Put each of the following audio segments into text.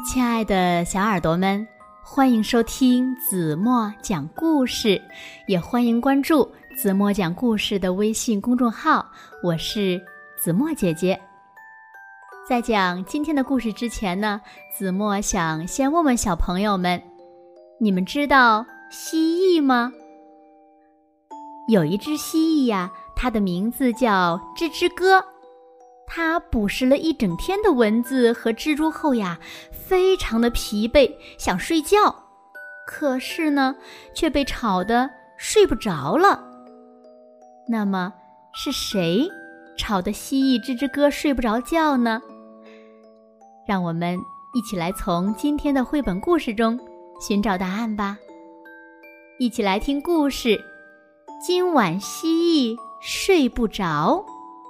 亲爱的小耳朵们，欢迎收听子墨讲故事，也欢迎关注子墨讲故事的微信公众号，我是子墨姐姐。在讲今天的故事之前呢，子墨想先问问小朋友们，你们知道蜥蜴吗？有一只蜥蜴呀，它的名字叫吱吱哥。它捕食了一整天的蚊子和蜘蛛后呀，非常的疲惫，想睡觉，可是呢，却被吵得睡不着了。那么是谁吵得蜥蜴吱吱哥睡不着觉呢？让我们一起来从今天的绘本故事中寻找答案吧。一起来听故事，今晚蜥蜴睡不着。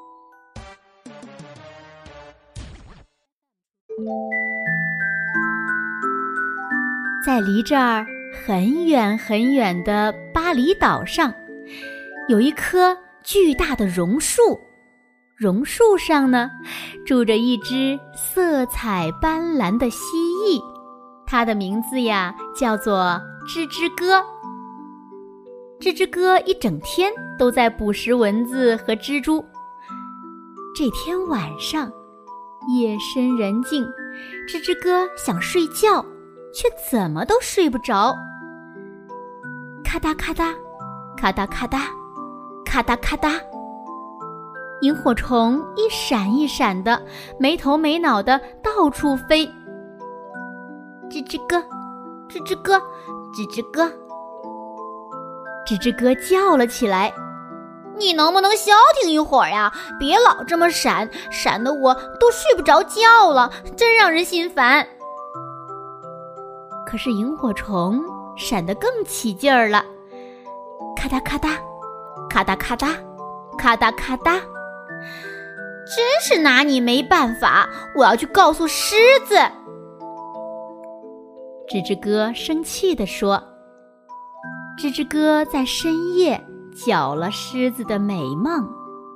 在离这儿很远很远的巴厘岛上，有一棵巨大的榕树，榕树上呢，住着一只色彩斑斓的蜥蜴，它的名字呀叫做吱吱哥。吱吱哥一整天都在捕食蚊子和蜘蛛。这天晚上，夜深人静，吱吱哥想睡觉，却怎么都睡不着。咔嗒咔嗒，咔嗒咔嗒，咔嗒咔嗒，萤火虫一闪一闪的，没头没脑的到处飞。吱吱哥，吱吱哥，吱吱哥，吱吱哥叫了起来， 你能不能消停一会儿呀？别老这么闪，闪得我都睡不着觉了，真让人心烦。 可是萤火虫闪得更起劲儿了，咔嗒咔嗒，咔嗒咔嗒，咔嗒咔嗒。 真是拿你没办法，我要去告诉狮子。 吱吱哥生气地说。吱吱哥在深夜搅了狮子的美梦。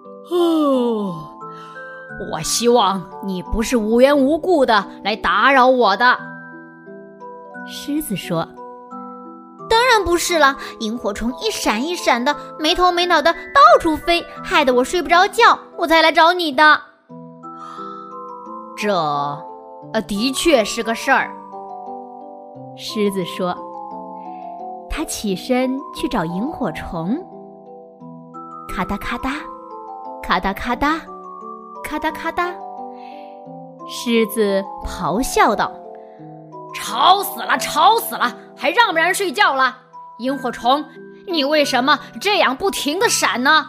我希望你不是无缘无故的来打扰我的。 狮子说。 当然不是了，萤火虫一闪一闪的，没头没脑的到处飞，害得我睡不着觉，我才来找你的。 这的确是个事儿。 狮子说。他起身去找萤火虫。咔嗒咔嗒，咔嗒咔嗒，咔嗒咔嗒。狮子咆哮道： 吵死了，吵死了，还让不让人睡觉了？萤火虫，你为什么这样不停地闪呢？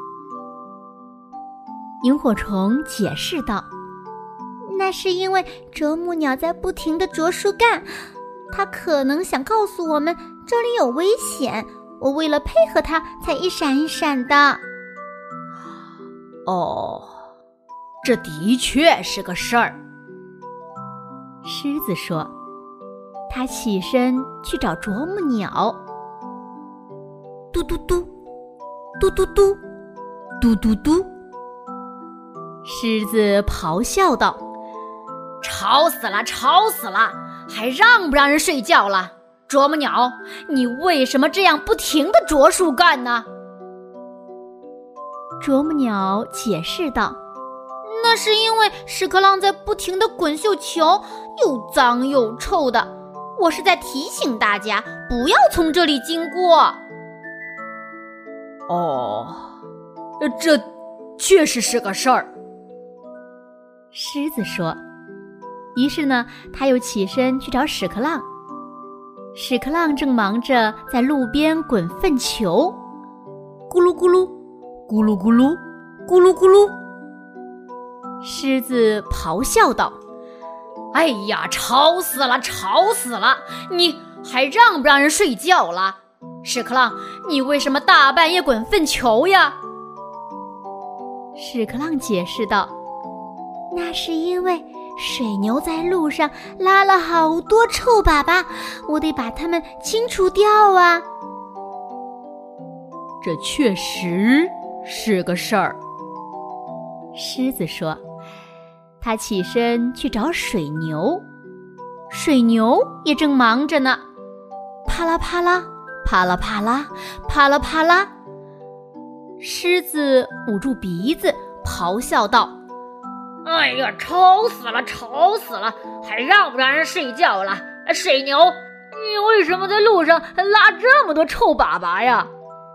萤火虫解释道： 那是因为啄木鸟在不停地啄树干，它可能想告诉我们这里有危险，我为了配合它才一闪一闪的。 哦，这的确是个事儿。 狮子说。他起身去找啄木鸟。嘟嘟嘟，嘟嘟嘟，嘟嘟嘟。狮子咆哮道： 吵死了，吵死了，还让不让人睡觉了？啄木鸟，你为什么这样不停地啄树干呢？ 啄木鸟解释道： 那是因为屎壳郎在不停地滚绣球，又脏又臭的，我是在提醒大家不要从这里经过。 这确实是个事儿。 狮子说。于是呢，他又起身去找屎壳郎。屎壳郎正忙着在路边滚粪球，咕噜咕噜，咕噜咕噜，咕噜咕噜。狮子咆哮道： 哎呀，吵死了，吵死了，你还让不让人睡觉了？屎壳郎，你为什么大半夜滚粪球呀？ 屎壳郎解释道： 那是因为水牛在路上拉了好多臭粑粑，我得把它们清除掉啊。 这确实是个事儿。 狮子说。他起身去找水牛。 水牛也正忙着呢。啪啦啪啦，啪啦啪啦，啪啦啪啦。狮子捂住鼻子咆哮道： 哎呀，吵死了，吵死了，还让不让人睡觉了？水牛，你为什么在路上拉这么多臭粑粑呀？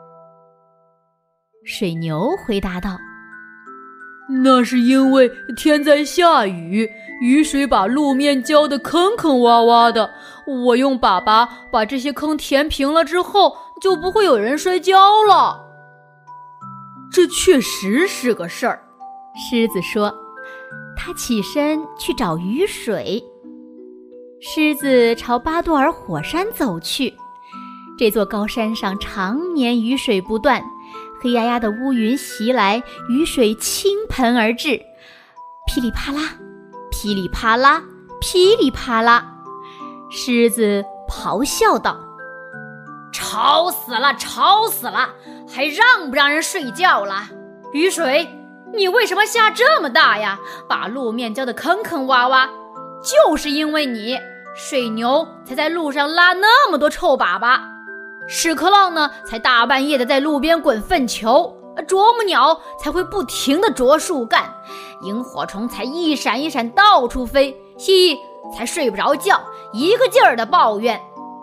水牛回答道： 那是因为天在下雨，雨水把路面浇得坑坑洼洼的，我用粑粑把这些坑填平了之后，就不会有人摔跤了。 这确实是个事儿， 狮子说。他起身去找雨水。狮子朝巴多尔火山走去。这座高山上常年雨水不断，黑压压的乌云袭来，雨水倾盆而至，噼里啪啦，噼里啪啦，噼里啪啦。狮子咆哮道： 吵死了，吵死了，还让不让人睡觉了？雨水，你为什么下这么大呀？把路面浇得坑坑洼洼，就是因为你，水牛才在路上拉那么多臭粑粑，屎壳郎呢才大半夜的在路边滚粪球，啄木鸟才会不停地啄树干，萤火虫才一闪一闪到处飞，蜥蜴才睡不着觉，一个劲儿的抱怨。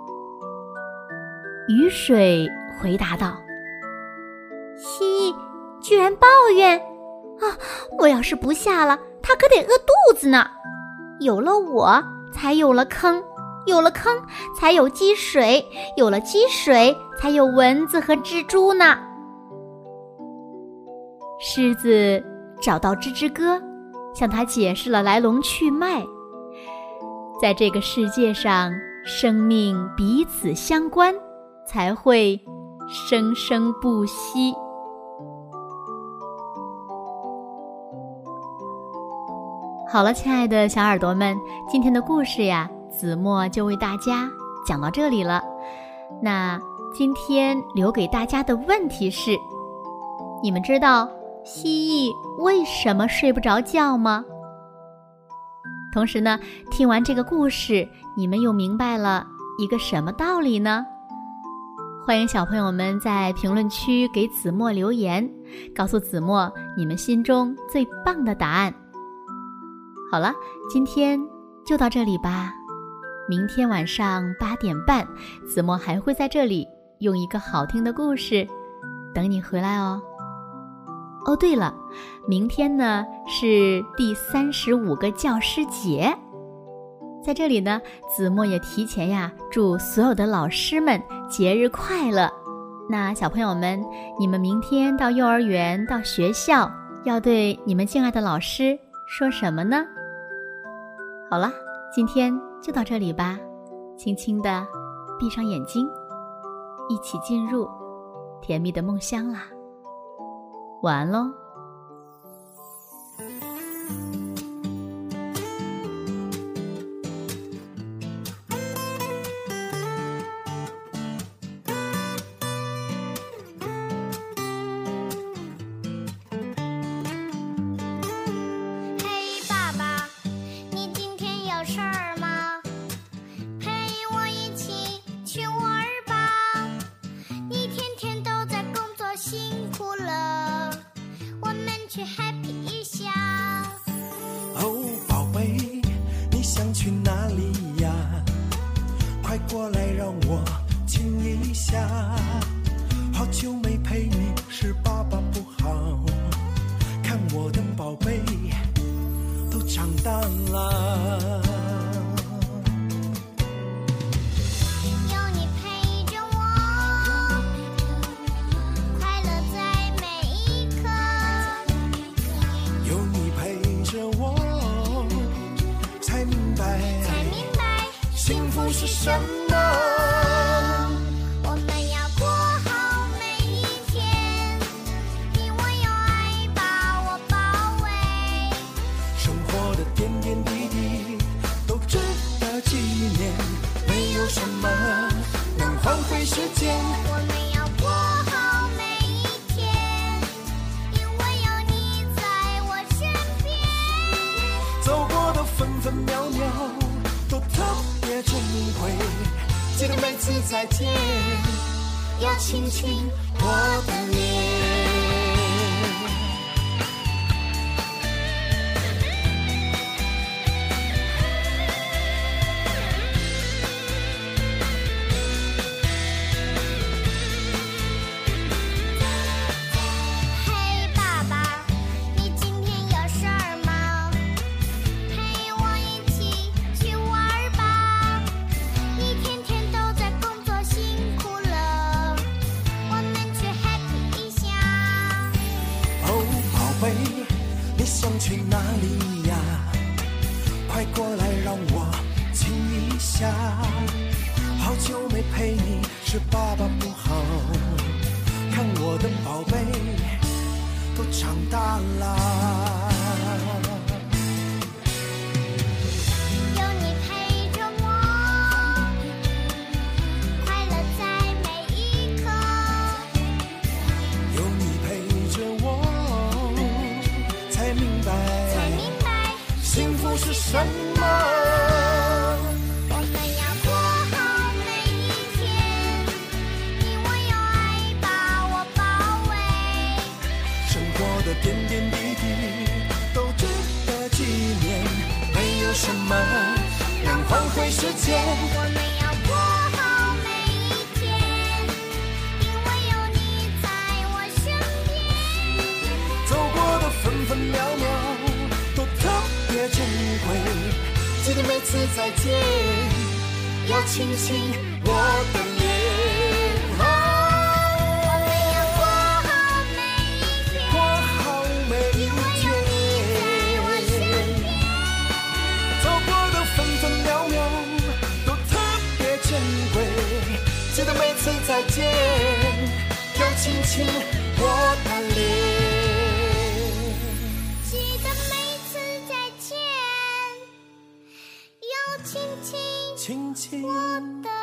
雨水回答道： 蜥蜴居然抱怨啊！我要是不下了，它可得饿肚子呢。有了我，才有了坑，有了坑，才有积水，有了积水，才有蚊子和蜘蛛呢。 狮子找到吱吱哥，向他解释了来龙去脉。在这个世界上，生命彼此相关，才会生生不息。好了，亲爱的小耳朵们，今天的故事呀，子墨就为大家讲到这里了。那今天留给大家的问题是：你们知道蜥蜴为什么睡不着觉吗？同时呢，听完这个故事，你们又明白了一个什么道理呢？欢迎小朋友们在评论区给子墨留言，告诉子墨你们心中最棒的答案。好了，今天就到这里吧。明天晚上8点半，子墨还会在这里用一个好听的故事等你回来哦。哦，对了，明天呢是第35个教师节，在这里呢，子墨也提前呀祝所有的老师们节日快乐。那小朋友们，你们明天到幼儿园、到学校，要对你们敬爱的老师说什么呢？好了，今天就到这里吧，轻轻地闭上眼睛，一起进入甜蜜的梦乡啦。晚安喽。 去哪里呀？快过来让我亲一下。好久没陪你，是爸爸不好。看我的宝贝都长大了。 有你陪着我，快乐在每一刻。 有你陪着我，才明白幸福是什么。 我们要过好每一天，因为有爱把我包围。 生活的点点滴滴都值得纪念，没有什么能换回时间。 我们要过好每一天，因为有你在我身边。 走过的分分秒秒都特别贵，记得每次再见要亲亲我的脸。 嘿，爸爸，你今天有事儿吗？陪我一起去玩吧。你天天都在工作，辛苦了，我们去 happy 一下。 哦，宝贝，你想去哪里呀？快过来让我亲一下。好久没陪你，是爸爸不好。看我的宝贝都长大啦。 有你陪着我，快乐在每一刻。 有你陪着我，才明白幸福是什么。 我们要过好每一天，你我有爱把我包围。 生活的点点滴滴都值得纪念，没有什么能换回时间。 我们要过好每一天，因为有你在我身边。 走过的分分秒秒都特别珍贵，记得每次再见要亲亲我的脸。 我们要过好每一天， 过好每一天， 在我身边。 走过的分分秒秒都特别珍贵，记得每次再见要亲亲我的脸。 记得每次再见，要亲亲亲亲我的